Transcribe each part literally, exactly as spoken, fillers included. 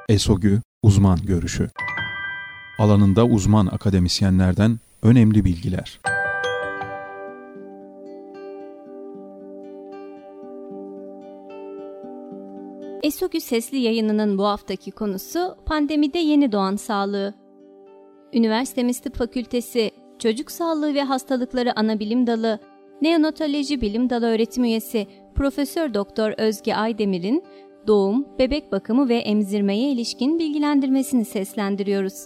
ESOGÜ Uzman Görüşü. Alanında uzman akademisyenlerden önemli bilgiler. ESOGÜ Sesli Yayını'nın bu haftaki konusu pandemide yeni doğan sağlığı. Üniversitemiz Tıp Fakültesi Çocuk Sağlığı ve Hastalıkları Anabilim Dalı Neonatoloji Bilim Dalı öğretim üyesi Profesör Doktor Özge Aydemir'in doğum, bebek bakımı ve emzirmeye ilişkin bilgilendirmesini seslendiriyoruz.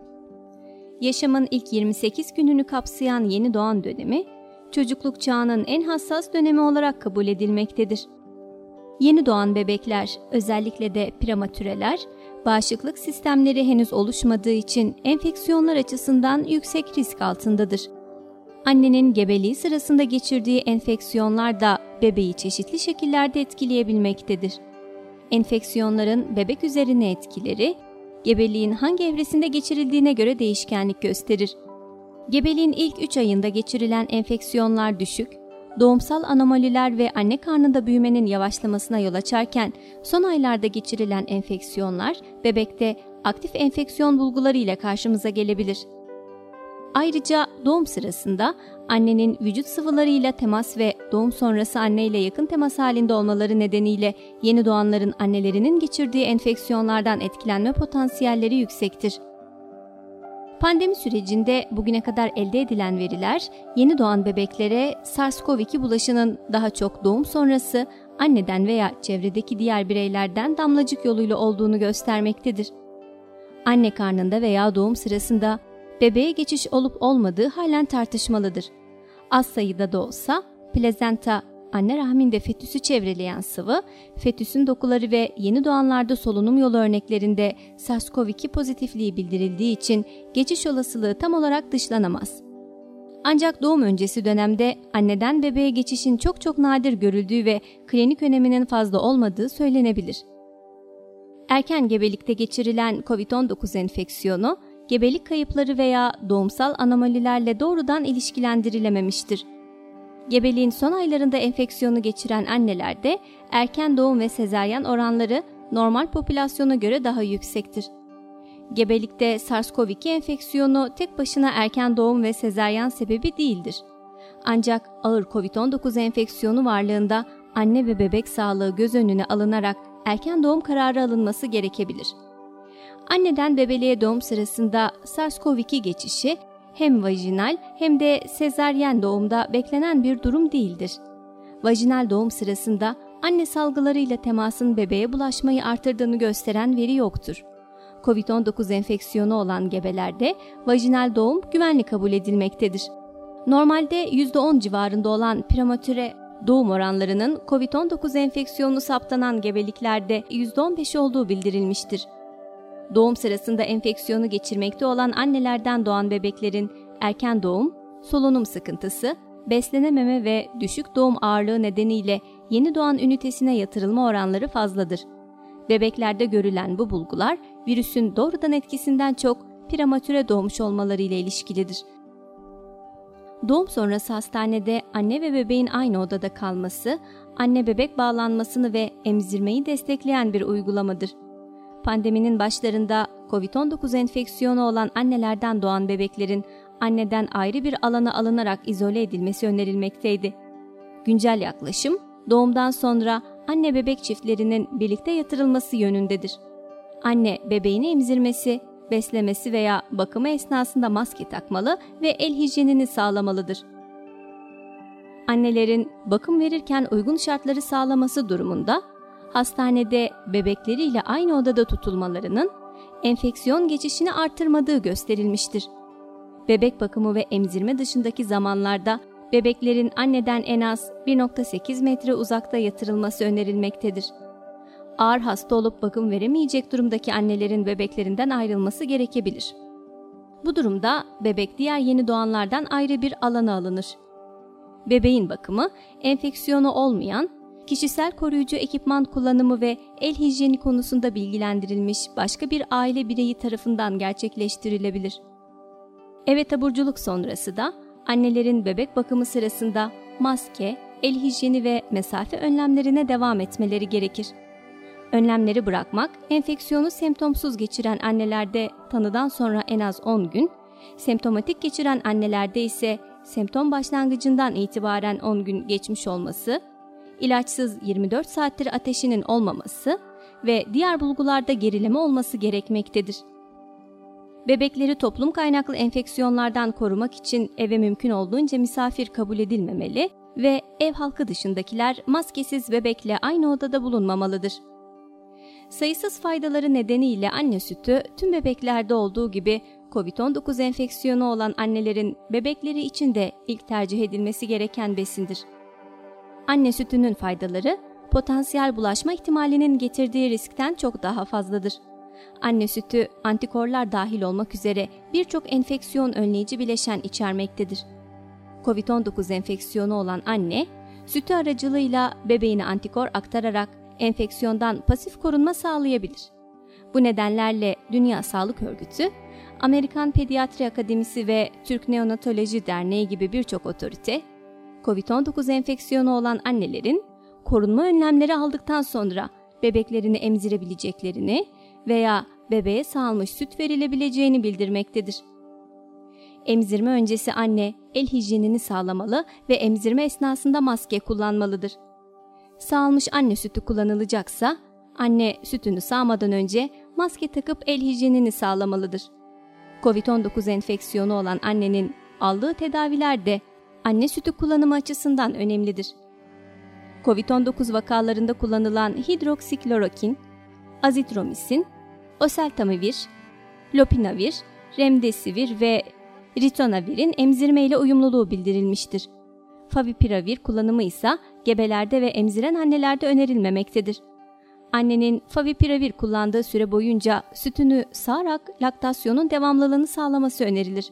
Yaşamın ilk yirmi sekiz gününü kapsayan yeni doğan dönemi, çocukluk çağının en hassas dönemi olarak kabul edilmektedir. Yeni doğan bebekler, özellikle de prematüreler, bağışıklık sistemleri henüz oluşmadığı için enfeksiyonlar açısından yüksek risk altındadır. Annenin gebeliği sırasında geçirdiği enfeksiyonlar da bebeği çeşitli şekillerde etkileyebilmektedir. Enfeksiyonların bebek üzerine etkileri, gebeliğin hangi evresinde geçirildiğine göre değişkenlik gösterir. Gebeliğin ilk üç ayında geçirilen enfeksiyonlar düşük, doğumsal anomaliler ve anne karnında büyümenin yavaşlamasına yol açarken son aylarda geçirilen enfeksiyonlar bebekte aktif enfeksiyon bulguları ile karşımıza gelebilir. Ayrıca doğum sırasında annenin vücut sıvılarıyla temas ve doğum sonrası anneyle yakın temas halinde olmaları nedeniyle yeni doğanların annelerinin geçirdiği enfeksiyonlardan etkilenme potansiyelleri yüksektir. Pandemi sürecinde bugüne kadar elde edilen veriler, yeni doğan bebeklere SARS-CoV iki bulaşının daha çok doğum sonrası anneden veya çevredeki diğer bireylerden damlacık yoluyla olduğunu göstermektedir. Anne karnında veya doğum sırasında bebeğe geçiş olup olmadığı halen tartışmalıdır. Az sayıda da olsa plazenta, anne rahminde fetüsü çevreleyen sıvı, fetüsün dokuları ve yeni doğanlarda solunum yolu örneklerinde SARS-CoV iki pozitifliği bildirildiği için geçiş olasılığı tam olarak dışlanamaz. Ancak doğum öncesi dönemde anneden bebeğe geçişin çok çok nadir görüldüğü ve klinik öneminin fazla olmadığı söylenebilir. Erken gebelikte geçirilen kovid on dokuz enfeksiyonu, gebelik kayıpları veya doğumsal anomalilerle doğrudan ilişkilendirilememiştir. Gebeliğin son aylarında enfeksiyonu geçiren annelerde erken doğum ve sezaryen oranları normal popülasyona göre daha yüksektir. Gebelikte SARS-CoV iki enfeksiyonu tek başına erken doğum ve sezaryen sebebi değildir. Ancak ağır kovid on dokuz enfeksiyonu varlığında anne ve bebek sağlığı göz önüne alınarak erken doğum kararı alınması gerekebilir. Anneden bebeliğe doğum sırasında SARS-CoV iki geçişi hem vajinal hem de sezaryen doğumda beklenen bir durum değildir. Vajinal doğum sırasında anne salgılarıyla temasın bebeğe bulaşmayı artırdığını gösteren veri yoktur. kovid on dokuz enfeksiyonu olan gebelerde vajinal doğum güvenli kabul edilmektedir. Normalde yüzde on civarında olan prematüre doğum oranlarının kovid on dokuz enfeksiyonu saptanan gebeliklerde yüzde on beş olduğu bildirilmiştir. Doğum sırasında enfeksiyonu geçirmekte olan annelerden doğan bebeklerin erken doğum, solunum sıkıntısı, beslenememe ve düşük doğum ağırlığı nedeniyle yeni doğan ünitesine yatırılma oranları fazladır. Bebeklerde görülen bu bulgular virüsün doğrudan etkisinden çok prematüre doğmuş olmaları ile ilişkilidir. Doğum sonrası hastanede anne ve bebeğin aynı odada kalması, anne bebek bağlanmasını ve emzirmeyi destekleyen bir uygulamadır. Pandeminin başlarında kovid on dokuz enfeksiyonu olan annelerden doğan bebeklerin anneden ayrı bir alana alınarak izole edilmesi önerilmekteydi. Güncel yaklaşım, doğumdan sonra anne bebek çiftlerinin birlikte yatırılması yönündedir. Anne bebeğini emzirmesi, beslemesi veya bakımı esnasında maske takmalı ve el hijyenini sağlamalıdır. Annelerin bakım verirken uygun şartları sağlaması durumunda, hastanede bebekleriyle aynı odada tutulmalarının enfeksiyon geçişini artırmadığı gösterilmiştir. Bebek bakımı ve emzirme dışındaki zamanlarda bebeklerin anneden en az bir virgül sekiz metre uzakta yatırılması önerilmektedir. Ağır hasta olup bakım veremeyecek durumdaki annelerin bebeklerinden ayrılması gerekebilir. Bu durumda bebek diğer yeni doğanlardan ayrı bir alana alınır. Bebeğin bakımı enfeksiyonu olmayan, kişisel koruyucu ekipman kullanımı ve el hijyeni konusunda bilgilendirilmiş başka bir aile bireyi tarafından gerçekleştirilebilir. Eve taburculuk sonrası da annelerin bebek bakımı sırasında maske, el hijyeni ve mesafe önlemlerine devam etmeleri gerekir. Önlemleri bırakmak, enfeksiyonu semptomsuz geçiren annelerde tanıdan sonra en az on gün, semptomatik geçiren annelerde ise semptom başlangıcından itibaren on gün geçmiş olması, ilaçsız yirmi dört saattir ateşinin olmaması ve diğer bulgularda gerileme olması gerekmektedir. Bebekleri toplum kaynaklı enfeksiyonlardan korumak için eve mümkün olduğunca misafir kabul edilmemeli ve ev halkı dışındakiler maskesiz bebekle aynı odada bulunmamalıdır. Sayısız faydaları nedeniyle anne sütü tüm bebeklerde olduğu gibi kovid on dokuz enfeksiyonu olan annelerin bebekleri için de ilk tercih edilmesi gereken besindir. Anne sütünün faydaları potansiyel bulaşma ihtimalinin getirdiği riskten çok daha fazladır. Anne sütü antikorlar dahil olmak üzere birçok enfeksiyon önleyici bileşen içermektedir. kovid on dokuz enfeksiyonu olan anne, sütü aracılığıyla bebeğine antikor aktararak enfeksiyondan pasif korunma sağlayabilir. Bu nedenlerle Dünya Sağlık Örgütü, Amerikan Pediatri Akademisi ve Türk Neonatoloji Derneği gibi birçok otorite, kovid on dokuz enfeksiyonu olan annelerin korunma önlemleri aldıktan sonra bebeklerini emzirebileceklerini veya bebeğe sağılmış süt verilebileceğini bildirmektedir. Emzirme öncesi anne el hijyenini sağlamalı ve emzirme esnasında maske kullanmalıdır. Sağılmış anne sütü kullanılacaksa, anne sütünü sağmadan önce maske takıp el hijyenini sağlamalıdır. kovid on dokuz enfeksiyonu olan annenin aldığı tedaviler de anne sütü kullanımı açısından önemlidir. kovid on dokuz vakalarında kullanılan hidroksiklorokin, azitromisin, oseltamivir, lopinavir, remdesivir ve ritonavir'in emzirme ile uyumluluğu bildirilmiştir. Favipiravir kullanımı ise gebelerde ve emziren annelerde önerilmemektedir. Annenin favipiravir kullandığı süre boyunca sütünü sağarak laktasyonun devamlılığını sağlaması önerilir.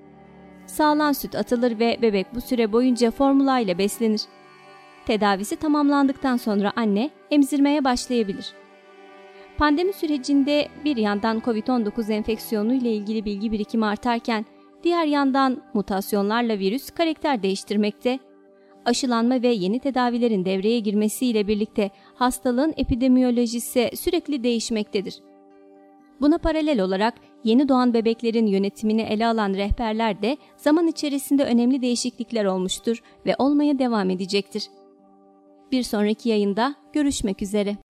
Sağılan süt atılır ve bebek bu süre boyunca formula ile beslenir. Tedavisi tamamlandıktan sonra anne emzirmeye başlayabilir. Pandemi sürecinde bir yandan kovid on dokuz enfeksiyonu ile ilgili bilgi birikimi artarken, diğer yandan mutasyonlarla virüs karakter değiştirmekte, aşılanma ve yeni tedavilerin devreye girmesiyle birlikte hastalığın epidemiyolojisi sürekli değişmektedir. Buna paralel olarak yeni doğan bebeklerin yönetimini ele alan rehberler de zaman içerisinde önemli değişiklikler olmuştur ve olmaya devam edecektir. Bir sonraki yayında görüşmek üzere.